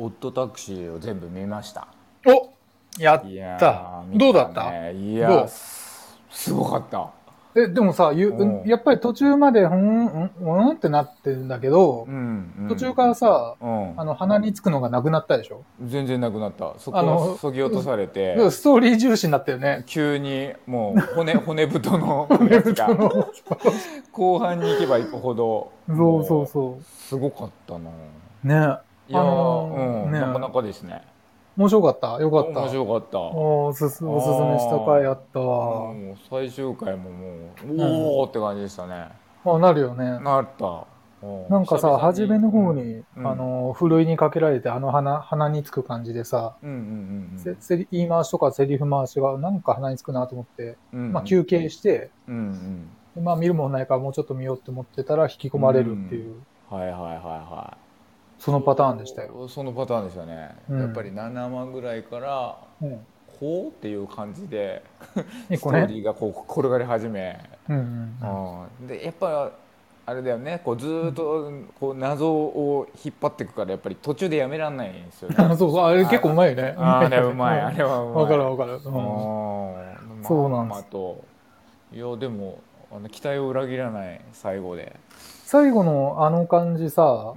オットタクシーを全部見ました。 お、やっいやた。 ー、見どうだたった？ ね。いやー、 どすごかった。 でもさ、 うんやっぱり途中まで、ってなってるんだけど、途中からさ、 うん鼻につくのがなくなったでしょ？ 全然なくなった。そこはあの、 そぎ落とされて、 ストーリー重視になったよね。 急にもう骨太の骨やつが太の。 後半に行けば行くほどそうそうもそうすごかったな。 う。ね。 いやー、なかなね、 かですね。 面白かった。よかった。 面白かった。 おすすめした回あったわ。 もう最終回ももう、 うん。 おーって感じでしたね。 なるよね。 なった。久なんかさ、 々に、 初めの方に、ふるいにかけられて、鼻につく感じでさ、言い回しとかセリフ回しが、なんか鼻につくなと思って、休憩して、見るもんないからもうちょっと見ようって思ってたら引き込まれるっていう、 はいはいはいはい。 そのパターンでしたよ。 そのパターンでしたね。やっぱりうん。 7話ぐらいからうん。 こうっていう感じでス一個ね。 トーリーがこう転がり始め、 うんうんでやっぱあれだよね、こうずーっとこう謎を引っ張っていくからやっぱり途中でやめらんないんですよね。 うん。そうそう、あれ結構うまいね。うまあいよね。 れうまい、あれはうわまい。 かるわかる。うん。 まんそうなんです。 まと。いやでも期待を裏切らない最後で。 最後のあの感じさ、 うん、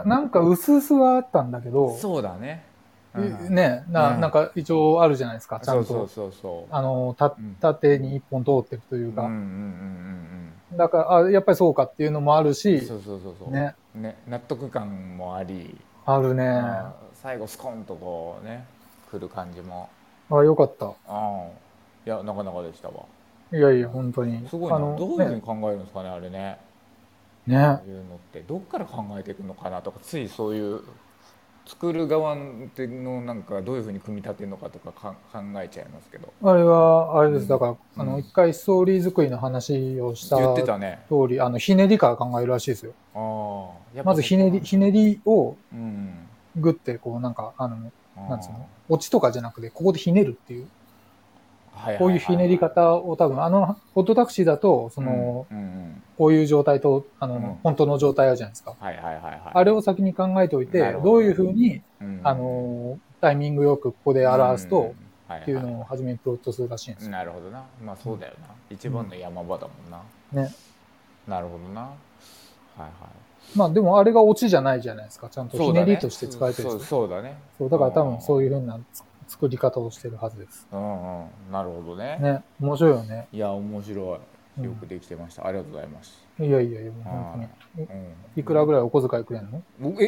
なんか薄々はあったんだけど、 そうだね。うん、 なんか一応あるじゃないですか、ちゃそうそうんと。 そうそう。うん、 縦に一本通ってるというか。 うんうんうんだから、やっぱりそうかっていうのもあるうん。 し、 そうそうそうそね、 う。ね、納得感もあり、 あるね。 あ最後スコンとこうね、来る感じも。 よかった。 いや、なかなかでしたわ。 いやいや、本当に。 すごいな。どういうふうに考えるんですかね、あれね。ああね。 いうのって。どっから考えていくのかなとか、ついそういう作る側のなんかどういうふうに組み立てるのかとか考えちゃいますけど。 あれは、あれです。だうん。 から、 うん。 一回ストーリー作りの話をした言って通たね。 り、ひねりから考えるらしいですよ。 ああ、やっぱまずそこなんだ。 ひねりをうん。 グって、こう、なんか、なんつうの、 あオチとかじゃなくて、ここでひねるっていう。 あ、はいこういうはいはいひねりは方を多分、ホットタクシーだと、 い。うんうんこういう状態と、 うん。うん。 本当の状態あるじゃないですか。 はいはいはいはあれを先に考えておいい。なるて、 ほどね。 どういうふうに、 うん。 タイミングよくここでうん。 表すと、っていうはいはのを初めにプロットするらしいんでい。 すよ。 なるほどな。まあうん。 そうだよな。一うん。 番の山場だもんな。 ね。 なるほどな。はいはい。 でもあれがオチじゃないじゃないですか。ちゃんとひねそうだね。 りとして使われてるでしょ。 そうだね。 そう、 うだから多分そういうふうな作り方をしてるはずです。 んうん。なるほどね。 ね。面白いよね。 いや、面白い。よくうん。 できてました。ありがとうございます。 いやいやいや、もう本当はに。 い。うん。 いくらぐらいお小遣いくれんの？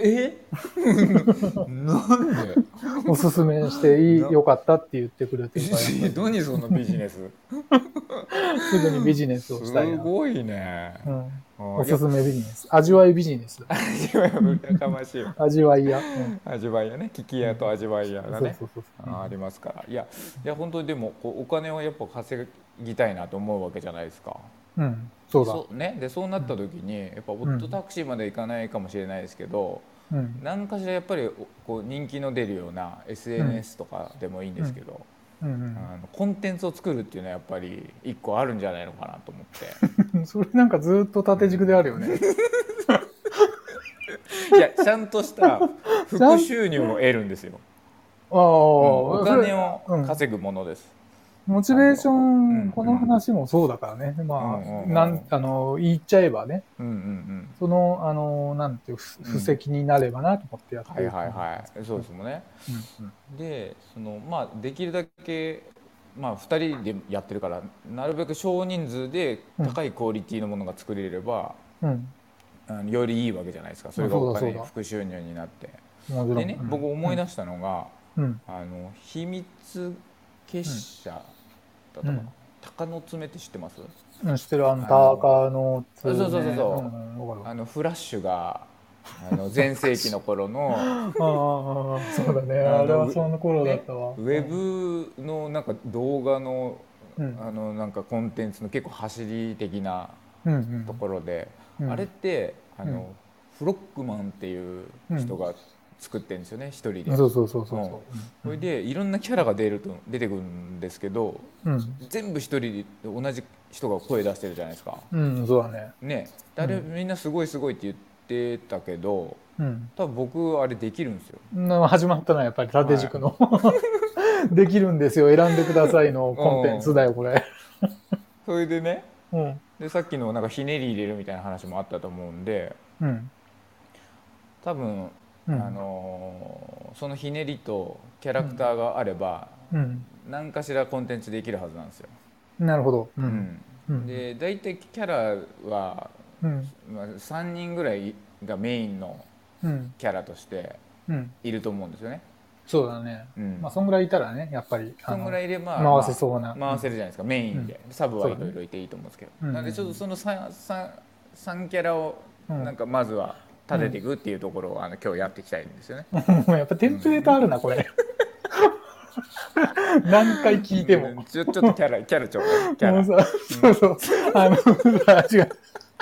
なんでおすすめしてな、 よかったって言ってくれてるから、やっぱり。 何そのビジネス。 すぐにビジネスをしたいな。 すごいね。 うん。おいや、 すすめビジネス。味わいビジネスだ。 味わいはやかましいわ。 味わい屋。うん。 味わいやね、聞き屋と味わい屋がね、 そうそうそうそう。 ありますから。いや本当にでもこうお金をやっぱ稼ぎたいなと思うわけじゃないですか。 うん。そうだ。 でそうなったうん。 時にやっぱオットうん。 タクシーまでいかないかもしれないですけど、 うん。 何かしらやっぱりこう人気の出るようなうん。 SNS とかでもいいんうん。 ですけど、 うん。 コンテンツを作るっていうのはやっぱり一個あるんじゃないのかなと思って、 うん。それなんかずっと縦軸であるよね。 いやちゃんとした副ちゃん、 収入を得るんですよ。 あおあ、それ、 金をうん。 稼ぐものです。 モチベーショちゃんと。うんうン、このん話もそうだからね。 うんうんうん言っちゃえばね。 うんうんうん。 なんていう、布うん石になればなと思ってやってるはいはい感じなんですはい、そうけど。 ですもんね。 うん。うん。 でまあできるだけ2人でやってるからなるべく少人数でうん。 高いクオリティのものが作れればうん。 よりいいわけじゃないですか。それがおそうだそうだ。 金副収入になって。 もちろん。 でね、僕うん。 思い出したのがうん。 秘密結うん。 社だったかな。 うん。 鷹の爪って知ってます？ うん。知ってる、 あの鷹のそうそうそう爪。うそん。わかるわ。 フラッシュが全盛期の頃のああ、そうだね。あれはあのその頃だっね、 たわ。 ウうん。 ェブのなんか動画のうん。 なんかコンテンツの結構走り的なうん。うとん。 ころで、あれっうん。 てうん。 フロックマンっていううん。 人が作ってるんですよね、一人で。 そうそうそううん、 そうそう。うそれん。 でいろんなキャラが出てくるんですけど、 うん。 全部一人で同じ人が声出してるじゃないですか。 うん。そうだね。 ね、 うん。 みんなすごいすごいってってたけど、 うん、 多分僕あれできるんですよ。 始まったのはやっぱり縦軸の、はい、できるんですよ、選んでくださいのコンテンツだよこれ。 それでね、 うん、 でさっきのなんかひねり入れるみたいな話もあったと思うんで、 うん、 多分、 うん、 そのひねりとキャラクターがあれば、 うん、 何かしらコンテンツできるはずなんですよ。 なるほど。ううん、 ん、で大体キャラは、 うん、 まあ、3人ぐらいがメインのうん、 キャラとしてうん。 いると思うんですよね。 そうだね。 うん、 まあ、そんぐらいいたらね、やっぱり、 そんぐらいいれば、 回せそうな。 回せるじゃないですか、メインで。サブはいろいろいていいと思うんですけど、 うん、 なのでちょっとその 3キャラをなんかまずは立てていくっていうところを今日やっていきたいんですよね。 やっぱテンプレートあるな、これ。何回聞いても。 ちょっとキャラちょうだい。キャラ。 そうそう。違う。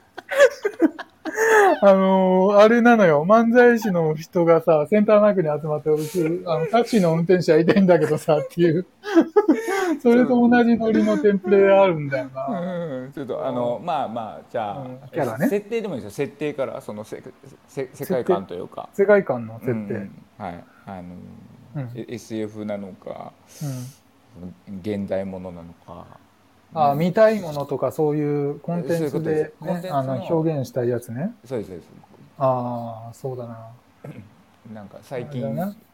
あれなのよ。漫才師の人がさ、センターマイクに集まって、タクシーの運転手やりたいんだけどさ、っていう。それと同じノリのテンプレあるんだよな。 ちょっとまあじゃあ、 キャラね。 設定でもいいですよ。設定から世界観というか。 世界観の設定。 はい。SF なのか、現代ものなのか。 見たいものとかそういうコンテンツで、ね、表現したいやつね。 そうですそうです。 ああ、そうだな。 なんか最近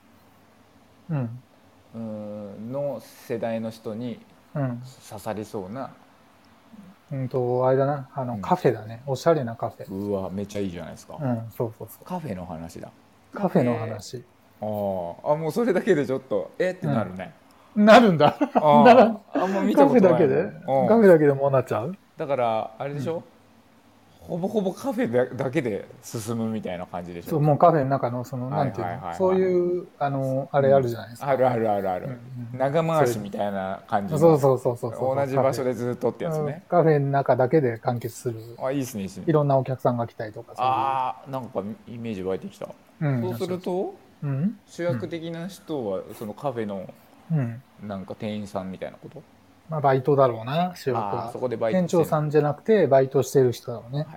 の世代の人に刺さりそうな。 あれだな。カフェだね。おしゃれなカフェ。 うわ、めっちゃいいじゃないですか。 そうそうそう。 カフェの話だ。 カフェの話。 もうそれだけでちょっとってなるね。 なるんだ。 あんま見たことない。 カフェだけでカフェだけでもうなっちゃう？ だからあれでしょ、ほぼほぼカフェだけで進むみたいな感じでしょ。 そう、もうカフェの中のなんていうの、そういうあれあるじゃないですか。 ある。長回しみたいな感じの。 そう同じ場所でずっとってやつね。 カフェの中だけで完結する。 いいですね、いいですね。 いろんなお客さんが来たりとか。 なんかイメージ湧いてきた。そうすると主役的な人はそのカフェのなんか店員さんみたいなこと？ まあバイトだろうな、主役は。 そこでバイト店長さんじゃなくてバイトしてる人だろうね。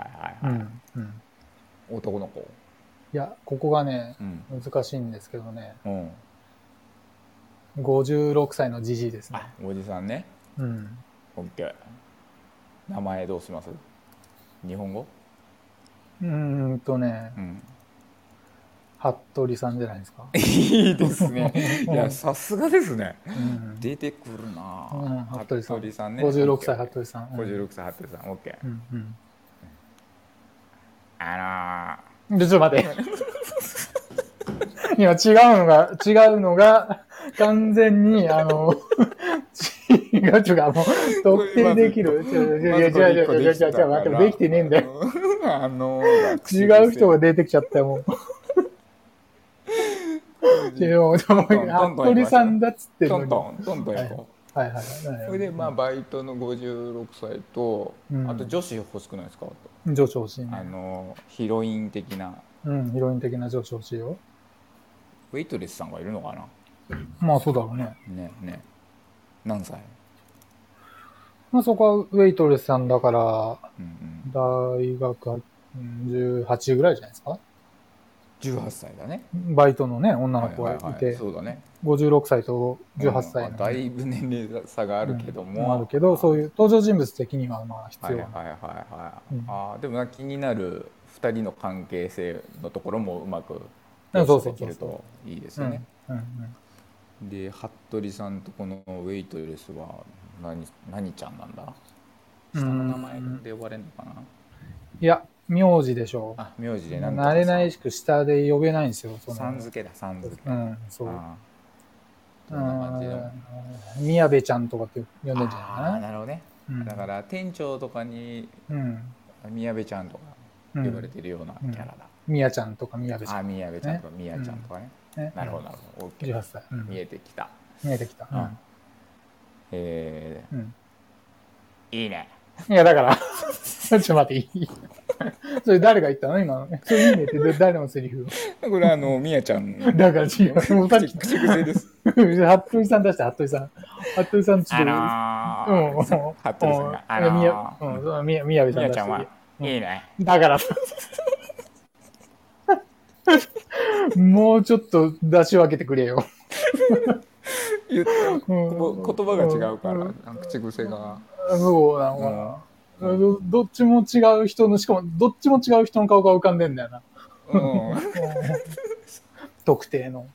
男の子。 いや、ここがね、難しいんですけどね。56歳のじじいですね。 おじさんね。オッケー。名前どうします？日本語？ 服部さんじゃないですか。 いいですね。いや、さすがですね。出てくるな。 服部さんね。56歳服部さん。 56歳服部さん。オッケー。 ちょっと待って。今違うのが、完全に、違うとか、もう、特定できる。違う、待って、できてねえんだよ。違う人が出てきちゃったよ、もう。服部さんだっつってトントン行こう。 はい。 それで、バイトの56歳と、あと女子欲しくないですか？ 女子欲しいね。 ヒロイン的な。 ヒロイン的な女子欲しいよ。 ウェイトレスさんがいるのかな？ まあそうだろうね。 ね。何歳？ まあそこはウェイトレスさんだから、大学18ぐらいじゃないですか ？18歳だね。 バイトのね、女の子がいて、 そうだね。 56歳と18歳の、 だいぶ年齢差があるけども。 あるけど、そういう登場人物的にはまあ必要。でも気になる2人の関係性のところもうまくできるといいですよね。で、服部さんとこのウェイトレスは何ちゃんなんだ？下の名前で呼ばれるのかな？ いや、名字でしょう。 名字でなん慣れないしく下で呼べないんですよ。 さん付けだ、さん付け。 そう。 どんな感じの？ 宮部ちゃんとかって呼んでんじゃないかな。 なるほどね。だから店長とかに宮部ちゃんとか呼ばれてるようなキャラだ。 宮ちゃんとか宮部ちゃん。 宮部ちゃんとか宮ちゃんとかね。なるほど。 18歳。 見えてきた。いいね。 いや、だから、ちょっと待って、いい？それ誰が言ったの今の。それいいねって誰のセリフ？ これみやちゃん。 だから違う。 口癖です。 服部さん出して、服部さん。服部さんちょっと。 服部さんが。 宮部さん出して。 みやちゃんは、いいね。 だから、 もうちょっと出し分けてくれよ。 言葉が違うから、口癖が。 そうなのかな。どっちも違う人の、しかもどっちも違う人の顔が浮かんでんだよな。特定の。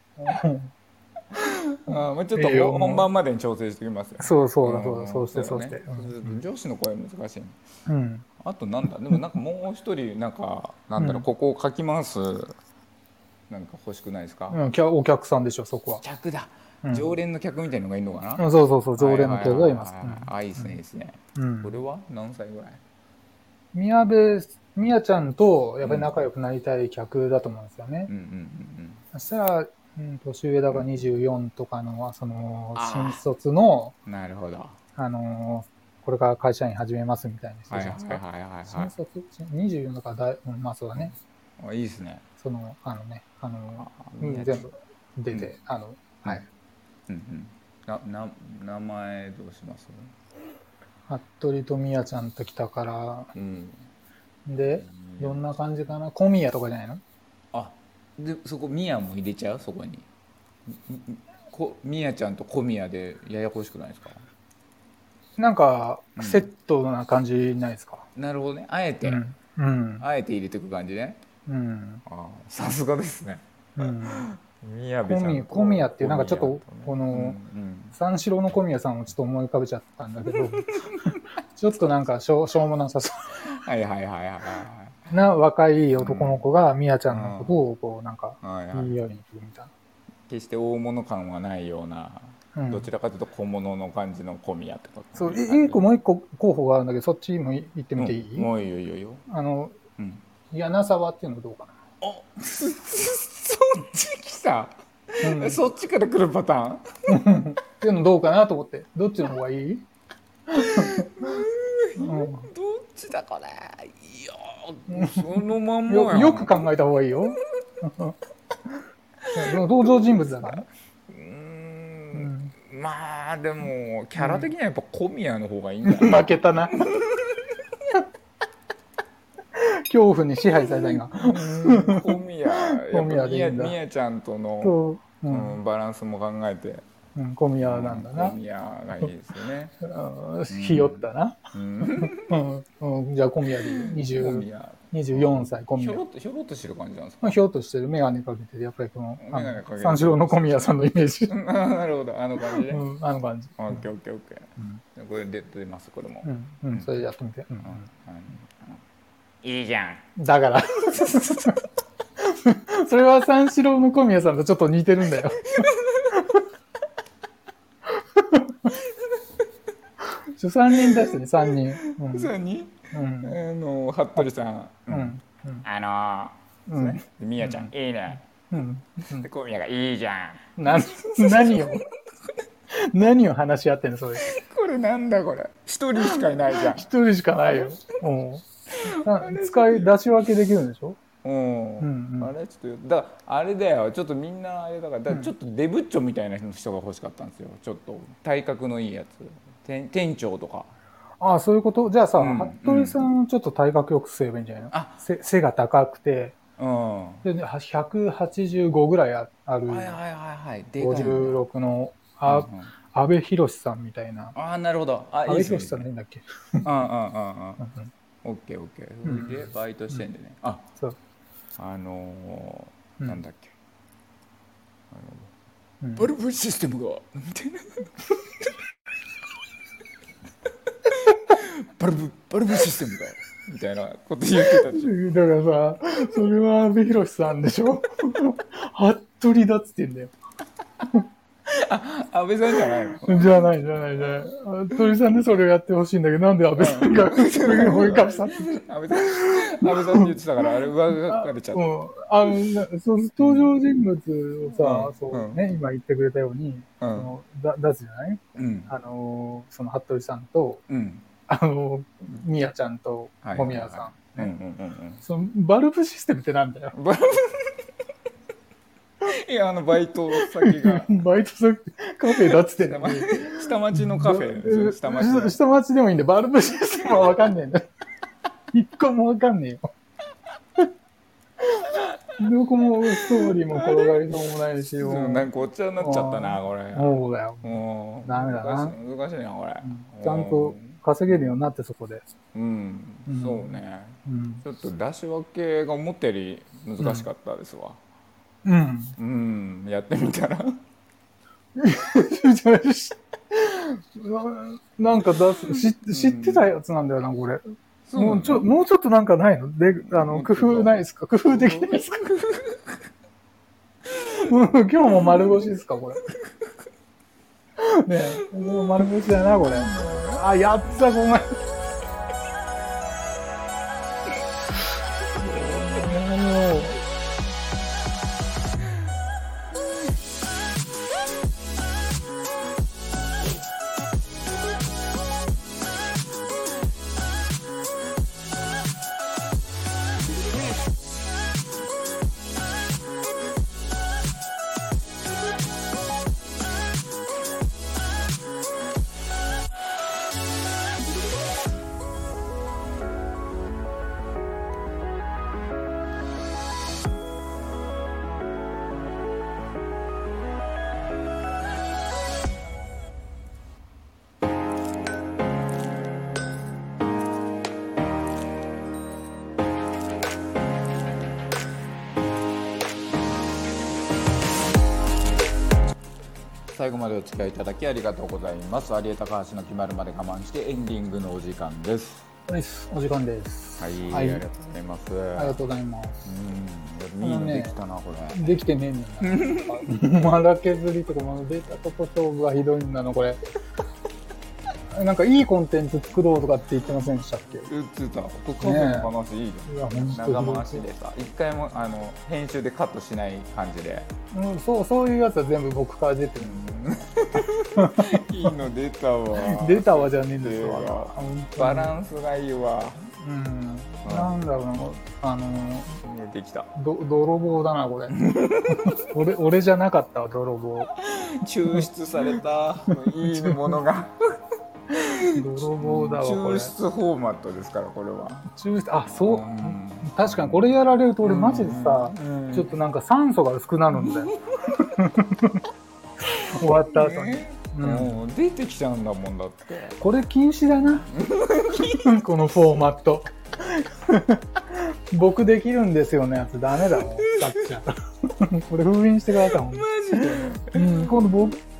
まあちょっと本番までに調整してきますよ。 そうだ、そうして。 上司の声難しい。 うん。 あとなんだ、でもなんかもう一人なんだろう、ここをかき回すなんか欲しくないですか？ お客さんでしょ、そこは。 客だ。常連の客みたいのがいるのかな？そう、常連の客がいます。 いいですね、いいですね。これは何歳ぐらい？ みやちゃんとやっぱり仲良くなりたい客だと思うんですよね。そしたら、年上だから24とかの、その、新卒の、 なるほど。 これから会社員始めますみたいな人じゃないですか。新卒 ?24 だからまあそうだね。 いいですね。 その、全部出て、はい。 名前どうします？ 服部とみやちゃんと来たから、で、どんな感じかな？小宮とかじゃないの？ で、そこみやも入れちゃう？そこに。みやちゃんと小宮でややこしくないですか？ なんか、セットな感じないですか？ なるほどね。あえて入れていく感じね。さすがですね。 小宮っていう、なんかちょっと、この、三四郎の小宮さんをちょっと思い浮かべちゃったんだけど、ちょっとなんかしょうもなさそう。な若い男の子が宮ちゃんのことを、こう、なんか、いいようにするみたいな。 決して大物感はないような、どちらかというと小物の感じの小宮ってこと。 そう、もう一個候補があるんだけど、そっちも行ってみていい？ もういいよ。 柳沢っていうのどうかな？ そっち来た。そっちから来るパターンっていうのどうかなと思って。どっちの方がいい？ どっちだこれ。いや、そのまんまよく考えた方がいいよ。登場人物だから。 まあでもキャラ的にはやっぱ小宮の方がいいんだよ。 負けたな。恐怖に支配された今。 小宮ちゃんとのバランスも考えて。 小宮なんだな。 小宮がいいですよね。 ひよったな。じゃあ小宮で24歳小宮。 ひょろっとしてる感じなんですか？ ひょろっとしてる。眼鏡かけて、やっぱりこの三四郎の小宮さんのイメージ。 なるほど、あの感じね。 あの感じ。 オッケー。これ出ます、これも。 それやってみて。 いいじゃん。 だから。それは三四郎の小宮さんとちょっと似てるんだよ。3人出してね、3人。 3人？服部さん。みやちゃん、いいね。で、小宮がいいじゃん。 何を話し合ってんの、それ。 これなんだこれ。1人しかいないじゃん。1 人しかないよ。出し分けできるんでしょ？ あれちょっとあれだよ、ちょっとみんなあれだからちょっとデブッチョみたいな人が欲しかったんですよ。ちょっと体格のいいやつ、店長とか。 ああ、そういうこと。じゃあさ、服部さんちょっと体格よくすればいいんじゃないの？背が高くて、で185ぐらいある。56の阿部寛さんみたいな。 ああ、なるほど。 阿部寛さんでいいんだっけ？ オッケー。それでバイトしてんでね。そう。なんだっけ。バルブシステムがみたいな。バルブシステムがみたいなこと言ってたでしょ。 だからさ、それは阿部寛さんでしょ。服部だっつってんだよ。 安倍さんじゃないの？ じゃない。服部さんでそれをやってほしいんだけど、なんで安倍さんが追いかぶさって。 安倍さんって言ってたから、あれ上書かれちゃった。 登場人物をさ、そうね、今言ってくれたように、出すじゃない？その服部さんと、みやちゃんと小宮さん。そのバルブシステムってなんだよ。 いや、バイト先が。 バイト先、カフェだっつってんのに。 下町のカフェ。 下町でもいいんで、バルブシステムはわかんねえんだよ。一個もわかんねえよ。 どこもストーリーも転がりそうもないし、 なんかごっちゃになっちゃったな、これ。 そうだよ。ダメだな。 難しいな、これ。 ちゃんと稼げるようになって、そこで。 そうね。ちょっと出し分けが思ったより難しかったですわ。やってみたら。 なんか知ってたやつなんだよな、これ。もうちょっとなんかないので、工夫ないですか？工夫できないですか？今日も丸腰ですか、これ。ねえ、もう丸腰だな、これ。あ、やった、ごめん。 最後までお付き合いいただきありがとうございます。有江高橋の決まるまで我慢してエンディングのお時間です。 お時間です。 はい、ありがとうございます。 ありがとうございます。 いいのできたな、これ。 できてねえんだな。まだ削りとか、出たとこ勝負がひどいんだな、これ。なんかいいコンテンツ作ろうとかって言ってませんでしたっけ？ 言ってた。カフェの話いいよ。長回しでさ、一回も編集でカットしない感じで。 そういうやつは全部僕から出てるんで。 いいの出たわ。 出たわじゃねえんですわ。 バランスがいいわ。 なんだろうな、 できた。 泥棒だな、これ。俺じゃなかったわ、泥棒。 抽出されたいいものが。 泥棒だわ、これ。 抽出フォーマットですから、これは。 そう。確かにこれやられると俺マジでさ、ちょっとなんか酸素が薄くなるんだよ。終わった後に。 もう出てきちゃうんだもんだって。 これ禁止だな。このフォーマット。僕できるんですよのやつダメだもん。これ封印してください。マジで。 今度